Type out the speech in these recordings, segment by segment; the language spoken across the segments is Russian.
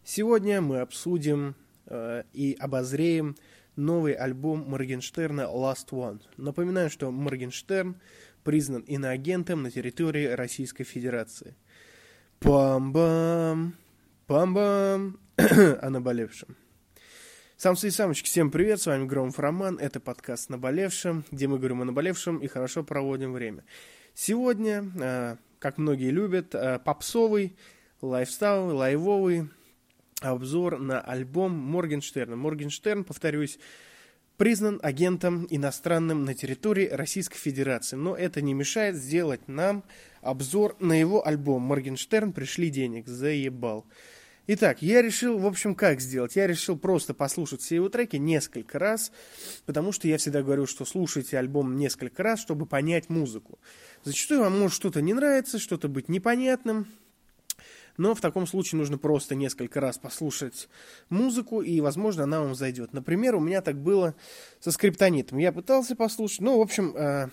Сегодня мы обсудим и обозреем новый альбом Моргенштерна «Last One». Напоминаю, что Моргенштерн признан иноагентом на территории Российской Федерации. Пам-бам, пам-бам, о наболевшем. Самцы и самочки, всем привет, с вами Громов Роман, это подкаст «Наболевшем», где мы говорим о наболевшем и хорошо проводим время. Сегодня, как многие любят, попсовый, лайфстайл, лайвовый обзор на альбом Моргенштерна. Моргенштерн, повторюсь, признан агентом иностранным на территории Российской Федерации. Но это не мешает сделать нам обзор на его альбом «Моргенштерн, пришли денег». Заебал. Итак, я решил, в общем, как сделать? Я решил просто послушать все его треки несколько раз, потому что я всегда говорю, что слушайте альбом несколько раз, чтобы понять музыку. Зачастую вам может что-то не нравиться, что-то быть непонятным, но в таком случае нужно просто несколько раз послушать музыку, и, возможно, она вам зайдет. Например, у меня так было со Скриптонитом. Я пытался послушать, в общем,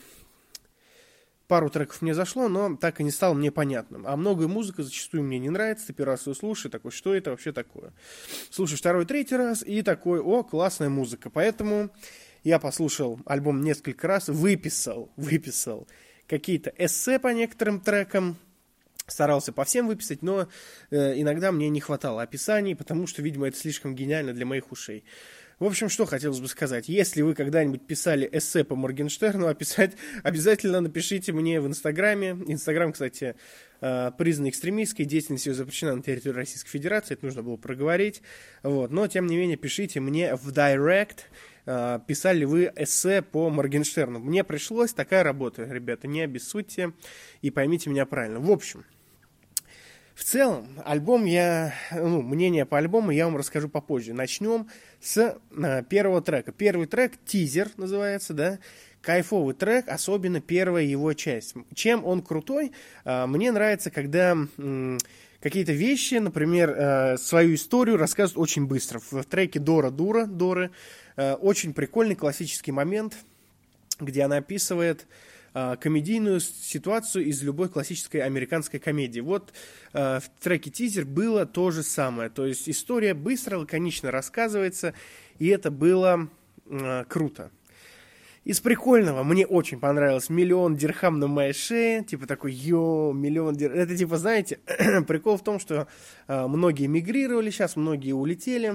пару треков мне зашло, но так и не стало мне понятным. А многое музыка зачастую мне не нравится. Ты первый раз ее слушаешь, такой, что это вообще такое? Слушаешь второй, третий раз, и такой, о, классная музыка. Поэтому я послушал альбом несколько раз, выписал какие-то эссе по некоторым трекам, старался по всем выписать, но иногда мне не хватало описаний, потому что, видимо, это слишком гениально для моих ушей. В общем, что хотелось бы сказать. Если вы когда-нибудь писали эссе по Моргенштерну, обязательно напишите мне в Инстаграме. Инстаграм, кстати, признан экстремистской, деятельность ее запрещена на территории Российской Федерации, это нужно было проговорить. Но, тем не менее, пишите мне в Директ, писали ли вы эссе по Моргенштерну. Мне пришлось такая работа, ребята, не обессудьте и поймите меня правильно. В общем, в целом, мнение по альбому я вам расскажу попозже. Начнем с первого трека. Первый трек, тизер называется, да, кайфовый трек, особенно первая его часть. Чем он крутой? Мне нравится, когда какие-то вещи, например, свою историю рассказывают очень быстро. В треке Доры очень прикольный классический момент, где она описывает комедийную ситуацию из любой классической американской комедии. В треке тизер было то же самое. То есть история быстро, лаконично рассказывается, и это было круто. Из прикольного мне очень понравилось «Миллион дирхам на моей шее». Типа такой, миллион дирхам. Это типа, знаете, прикол в том, что многие мигрировали сейчас, многие улетели.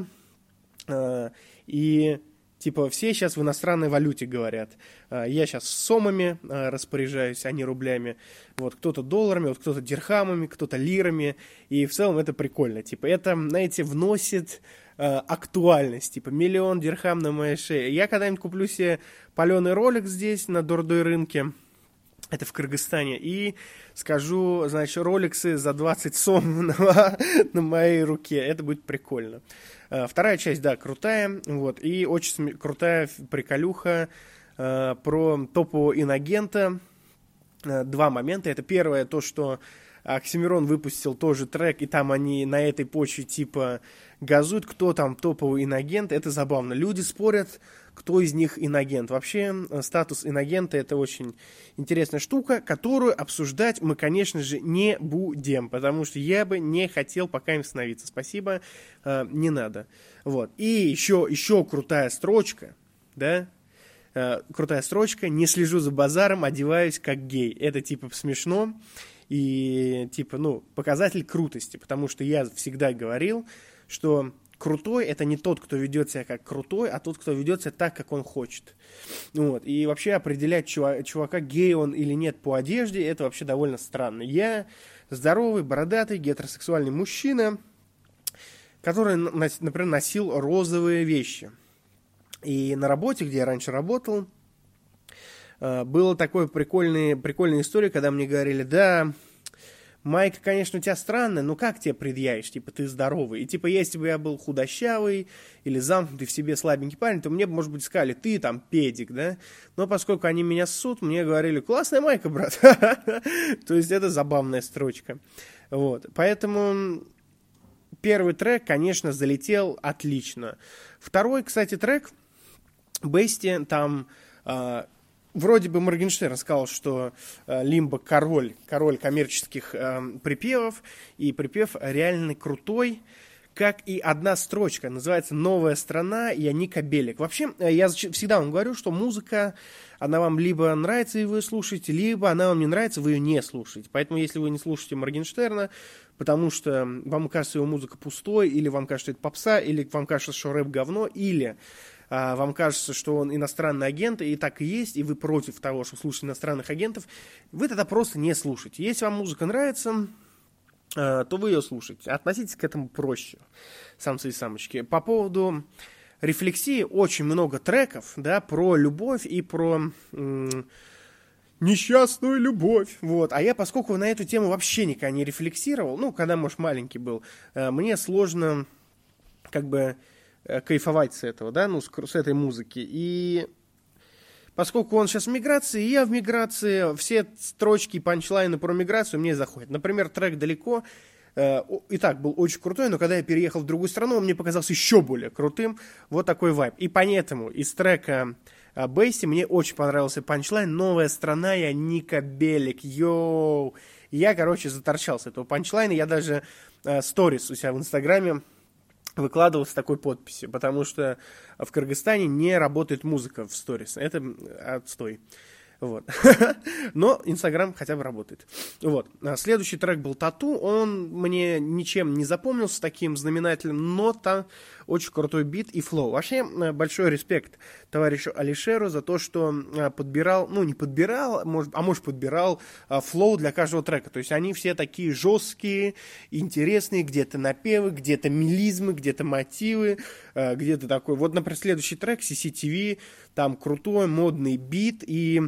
И типа все сейчас в иностранной валюте говорят. Я сейчас сомами распоряжаюсь, а не рублями. Кто-то долларами, кто-то дирхамами, кто-то лирами. И в целом это прикольно. Типа это, знаете, вносит актуальность. Типа «Миллион дирхам на моей шее». Я когда-нибудь куплю себе паленый ролик здесь на Дордой рынке. Это в Кыргызстане. И скажу, значит, роликсы за 20 сом на моей руке. Это будет прикольно. Вторая часть, да, крутая. И очень крутая приколюха про топового инагента. Два момента. Это первое, то, что Оксимирон выпустил тоже трек, и там они на этой почве типа газуют, кто там топовый инагент. Это забавно. Люди спорят, кто из них инагент. Вообще, статус инагента — это очень интересная штука, которую обсуждать мы, конечно же, не будем, потому что я бы не хотел пока им становиться. Спасибо, не надо. И еще крутая строчка, да? Крутая строчка: «Не слежу за базаром, одеваюсь как гей». Это типа смешно и типа, показатель крутости, потому что я всегда говорил, что крутой — это не тот, кто ведет себя как крутой, а тот, кто ведет себя так, как он хочет. И вообще определять чувака, гей он или нет по одежде, это вообще довольно странно. Я здоровый, бородатый, гетеросексуальный мужчина, который, например, носил розовые вещи. И на работе, где я раньше работал, была такая прикольная история, когда мне говорили: да, майка, конечно, у тебя странная, но как тебе предъявишь? Типа, ты здоровый. И типа, если бы я был худощавый или замкнутый в себе слабенький парень, то мне бы, может быть, сказали: ты там педик, да? Но поскольку они меня ссут, мне говорили: классная майка, брат. То есть это забавная строчка. Поэтому первый трек, конечно, залетел отлично. Второй, кстати, трек Бести, там вроде бы Моргенштерн сказал, что Лимбо король коммерческих припевов, и припев реально крутой. как и одна строчка. Называется «Новая страна», я Ника Белик. Вообще, я всегда вам говорю, что музыка, она вам либо нравится, и вы слушаете, либо она вам не нравится, вы ее не слушаете. Поэтому, если вы не слушаете Моргенштерна, потому что вам кажется его музыка пустой, или вам кажется, это попса, или вам кажется, что рэп говно, или вам кажется, что он иностранный агент, и так и есть, и вы против того, что слушать иностранных агентов, вы тогда просто не слушаете. Если вам музыка нравится, то вы ее слушаете. Относитесь к этому проще, самцы и самочки. По поводу рефлексии очень много треков, да, про любовь и про несчастную любовь. Вот. А я, поскольку на эту тему вообще никогда не рефлексировал, ну, когда, может, маленький был, мне сложно как бы кайфовать с этого, да, ну, с этой музыки. И поскольку он сейчас в миграции, и я в миграции, все строчки и панчлайны про миграцию мне заходят. Например, трек «Далеко» и так был очень крутой, но когда я переехал в другую страну, он мне показался еще более крутым. Вот такой вайб. И поэтому из трека «Бейси» мне очень понравился панчлайн «Новая страна, я Ника Белик, йоу». Я, короче, заторчал с этого панчлайна. Я даже сторис у себя в Инстаграме выкладывал с такой подписью, потому что в Кыргызстане не работает музыка в сторис. Это отстой. Вот. Но Инстаграм хотя бы работает. Вот. Следующий трек был «Тату». Он мне ничем не запомнился таким знаменательным, но там очень крутой бит и флоу. Вообще, большой респект товарищу Алишеру за то, что подбирал, ну, не подбирал, может, подбирал флоу для каждого трека. То есть они все такие жесткие, интересные, где-то напевы, где-то мелизмы, где-то мотивы, где-то такой. Вот, например, следующий трек CCTV, там крутой модный бит и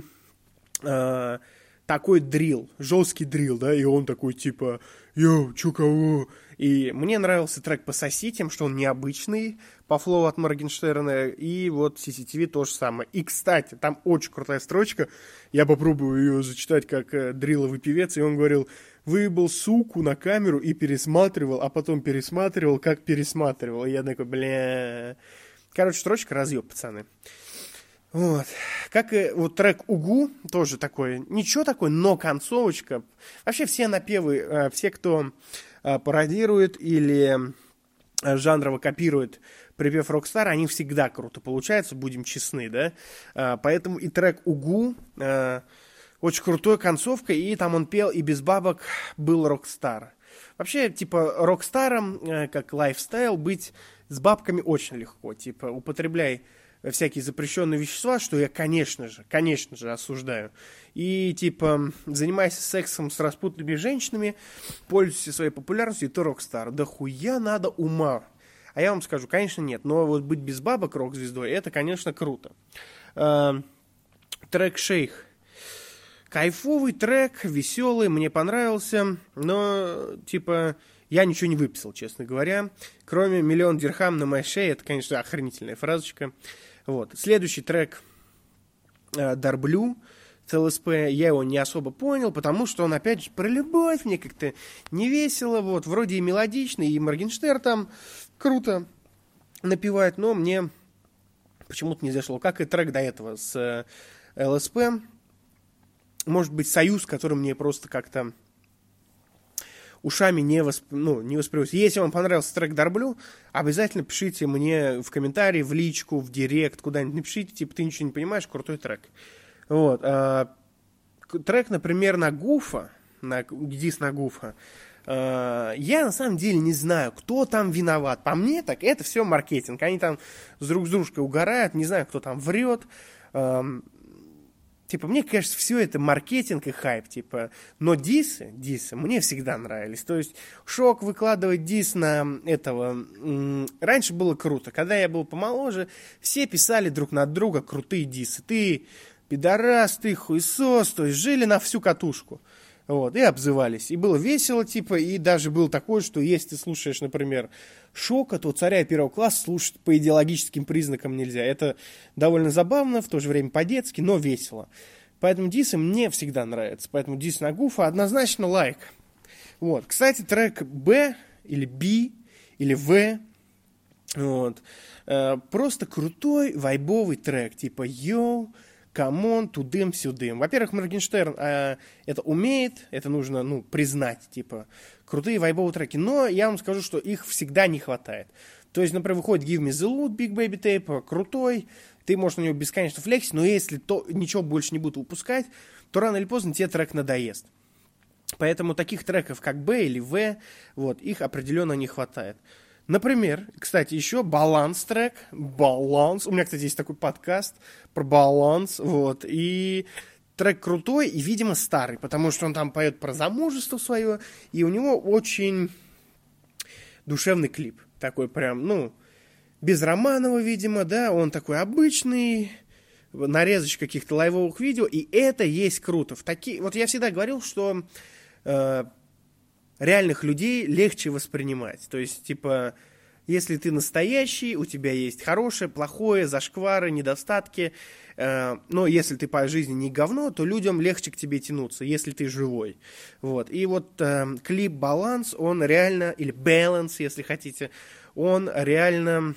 такой дрил, жесткий дрил, да, и он такой типа «Йоу, чё кого?» И мне нравился трек «Пососи» тем, что он необычный по флоу от Моргенштерна, и вот CCTV то же самое. И, кстати, там очень крутая строчка, я попробую ее зачитать как дриловый певец, и он говорил: «Выебал суку на камеру и пересматривал, а потом пересматривал, как пересматривал». И я такой, бля... Короче, строчка разъеб, пацаны. Вот. Как и вот трек «Угу», тоже такой, ничего такой, но концовочка. Вообще все напевы, все, кто пародирует или жанрово копирует припев Rockstar, они всегда круто получаются, будем честны, да. Поэтому и трек «Угу» очень крутой концовка, и там он пел «И без бабок был Rockstar». Вообще, типа, рокстаром, как лайфстайл, быть с бабками очень легко. Типа, употребляй всякие запрещенные вещества, что я, конечно же, осуждаю. И, типа, занимайся сексом с распутными женщинами, пользуйся своей популярностью, и ты рок-стар. Да хуя надо ума. А я вам скажу, конечно, нет. Но вот быть без бабок рок-звездой, это, конечно, круто. Трек «Шейх». Кайфовый трек, веселый, мне понравился, но, типа, я ничего не выписал, честно говоря. Кроме «Миллион дирхам на моей шее», это, конечно, охренительная фразочка. Вот. Следующий трек «Дарблю» ЦЛСП, я его не особо понял, потому что он, опять же, про любовь, мне как-то не весело, вот, вроде и мелодичный, и Моргенштерн там круто напевает, но мне почему-то не зашло, как и трек до этого с ЛСП. Может быть, «Союз», который мне просто как-то ушами не воспринимается. Если вам понравился трек «Дарблю», обязательно пишите мне в комментарии, в личку, в директ, куда-нибудь напишите, типа, ты ничего не понимаешь, крутой трек. Вот. Трек, например, на Гуфа, дис на Гуфа, я на самом деле не знаю, кто там виноват. По мне так, это все маркетинг. Они там друг с дружкой угорают, не знаю, кто там врет. Типа, мне кажется, все это маркетинг и хайп, типа, но дисы мне всегда нравились. То есть, Шок выкладывать дис на этого, раньше было круто. Когда я был помоложе, все писали друг на друга крутые дисы. Ты пидорас, ты хуесос, то есть, жили на всю катушку. Вот, и обзывались. И было весело, типа, и даже было такое, что если ты слушаешь, например, Шока, то «Царя первого класса» слушать по идеологическим признакам нельзя. Это довольно забавно, в то же время по-детски, но весело. Поэтому дисы мне всегда нравятся. Поэтому дис на Гуфа однозначно лайк. Вот. Кстати, трек «Б» или «Б» или «В» вот, просто крутой вайбовый трек. Типа «Йоу, камон, тудым-сюдым. Во-первых, Моргенштерн это умеет, это нужно, признать, типа, крутые вайбовые треки, но я вам скажу, что их всегда не хватает. То есть, например, выходит Give Me The Loot, Big Baby Tape, крутой, ты можешь на него бесконечно флексить, но если ничего больше не будут выпускать, то рано или поздно тебе трек надоест. Поэтому таких треков, как Б или В, их определенно не хватает. Например, кстати, еще баланс-трек. Баланс. У меня, кстати, есть такой подкаст про баланс. И трек крутой и, видимо, старый, потому что он там поет про замужество свое, и у него очень душевный клип. Такой прям, без Романова, видимо, да, он такой обычный, нарезочка каких-то лайвовых видео, и это есть круто. Я всегда говорил, что реальных людей легче воспринимать. То есть, типа, если ты настоящий, у тебя есть хорошее, плохое, зашквары, недостатки, но если ты по жизни не говно, то людям легче к тебе тянуться, если ты живой. И клип «Баланс», он реально, или «Balance», если хотите, он реально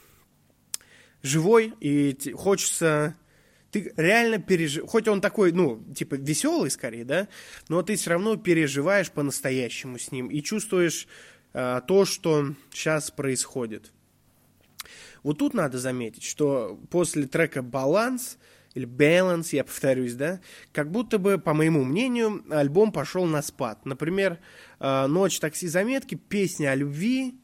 живой, и хочется... Ты реально переживаешь, хоть он такой, веселый скорее, да, но ты все равно переживаешь по-настоящему с ним и чувствуешь то, что сейчас происходит. Вот тут надо заметить, что после трека «Баланс», или «Balance», я повторюсь, да, как будто бы, по моему мнению, альбом пошел на спад. Например, «Ночь, такси, заметки», песня о любви,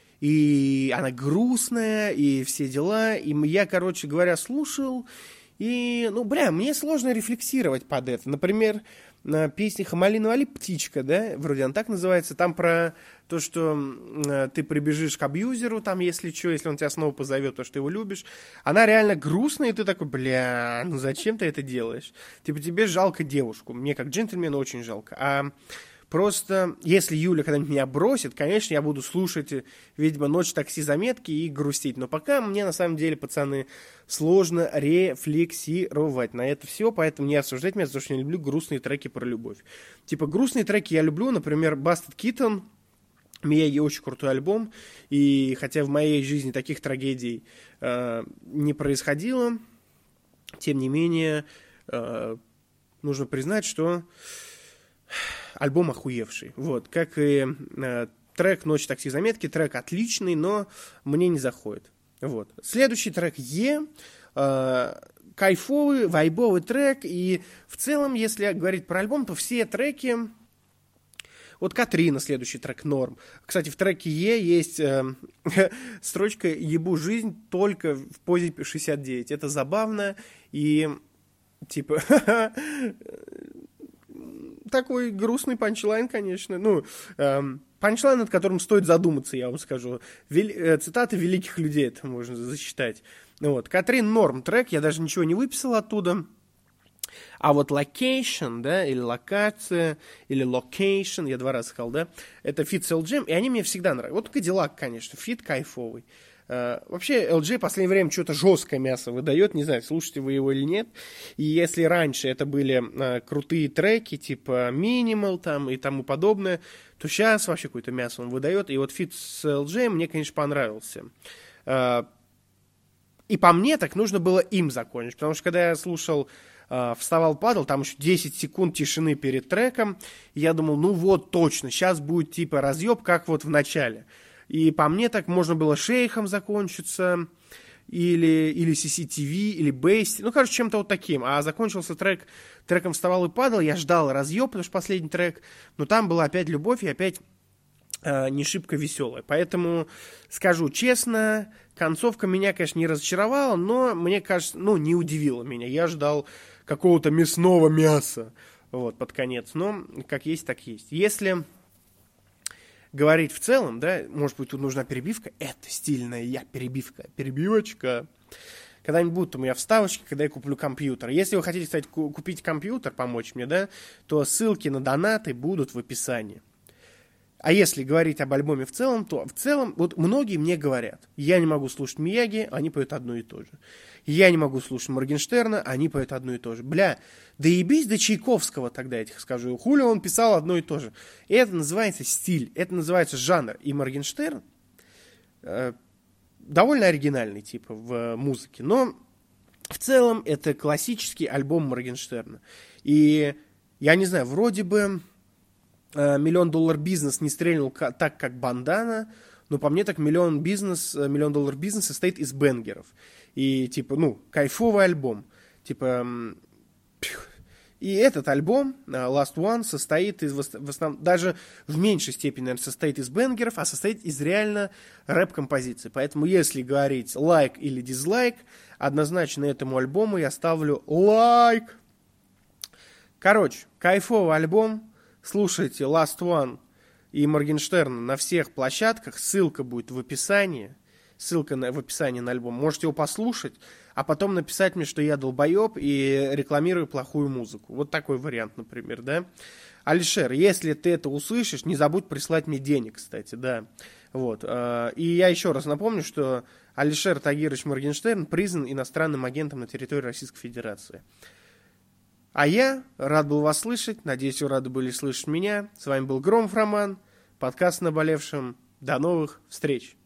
и она грустная, и все дела, и я, короче говоря, слушал. И, мне сложно рефлексировать под это. Например, на песне «Хамали навали, птичка», да, вроде она так называется, там про то, что ты прибежишь к абьюзеру, там, если он тебя снова позовет, то, что ты его любишь. Она реально грустная, и ты такой, зачем ты это делаешь? Типа, тебе жалко девушку. Мне, как джентльмену, очень жалко. А просто, если Юля когда-нибудь меня бросит, конечно, я буду слушать, видимо, «Ночь, такси, заметки» и грустить. Но пока мне, на самом деле, пацаны, сложно рефлексировать на это все, поэтому не осуждать меня, потому что я не люблю грустные треки про любовь. Типа, грустные треки я люблю, например, Busted Kitten, Мияги очень крутой альбом, и хотя в моей жизни таких трагедий не происходило, тем не менее, нужно признать, что альбом охуевший. Как и трек «Ночь, такси, заметки». Трек отличный, но мне не заходит. Следующий трек «Е». Кайфовый, вайбовый трек. И в целом, если говорить про альбом, то все треки... Катрина, следующий трек «Норм». Кстати, в треке «Е» есть строчка «Ебу жизнь только в позе 69». Это забавно и типа... Такой грустный панчлайн, конечно. Панчлайн, над которым стоит задуматься, я вам скажу. Цитаты великих людей это можно засчитать. Катрин «Норм» трек, я даже ничего не выписал оттуда. А location, да, или локация, или location, я 2 раза сказал, да, это фит с LG, и они мне всегда нравятся. Cadillac, конечно, фит кайфовый. Вообще, LG в последнее время что-то жесткое мясо выдает, не знаю, слушаете вы его или нет. И если раньше это были крутые треки, типа Minimal там и тому подобное, то сейчас вообще какое-то мясо он выдает. И фит с LG мне, конечно, понравился. И по мне так нужно было им закончить, потому что когда я слушал «Вставал, падал», там еще 10 секунд тишины перед треком, и я думал, точно, сейчас будет типа разъеб, как в начале. И по мне так можно было «Шейхом» закончиться, или CCTV, или Бейсти, чем-то таким. А закончился треком «Вставал и падал», я ждал разъеб, потому что последний трек, но там была опять любовь и опять не шибко веселая. Поэтому, скажу честно, концовка меня, конечно, не разочаровала, но, мне кажется, не удивила меня. Я ждал какого-то мясного мяса под конец. Но как есть, так есть. Если говорить в целом, да, может быть, тут нужна перебивка. Это стильная перебивочка. Когда-нибудь будут у меня вставочки, когда я куплю компьютер. Если вы хотите, кстати, купить компьютер, помочь мне, да, то ссылки на донаты будут в описании. А если говорить об альбоме в целом, то в целом, многие мне говорят, я не могу слушать Мияги, они поют одно и то же. Я не могу слушать Моргенштерна, они поют одно и то же. Да ебись до Чайковского тогда, я тебе скажу. Хули он писал одно и то же. И это называется стиль, это называется жанр. И Моргенштерн довольно оригинальный, типа, в музыке. Но в целом это классический альбом Моргенштерна. И я не знаю, вроде бы $1 Million Business не стрельнул так, как Бандана, но по мне так $1 Million Business состоит из бенгеров. И типа, кайфовый альбом. Типа, и этот альбом, Last One, состоит из, в основном, даже в меньшей степени, наверное, состоит из бенгеров, а состоит из реально рэп-композиций. Поэтому, если говорить лайк или дизлайк, однозначно этому альбому я ставлю лайк. Короче, кайфовый альбом. Слушайте Last One и Моргенштерна на всех площадках. Ссылка будет в описании. В описании на альбом. Можете его послушать, а потом написать мне, что я долбоеб и рекламирую плохую музыку. Вот такой вариант, например, да? Алишер, если ты это услышишь, не забудь прислать мне денег, кстати, да. Вот. И я еще раз напомню, что Алишер Тагирович Моргенштерн признан иностранным агентом на территории Российской Федерации. А я рад был вас слышать. Надеюсь, вы рады были слышать меня. С вами был Громов Роман. Подкаст «Наболевшим». До новых встреч.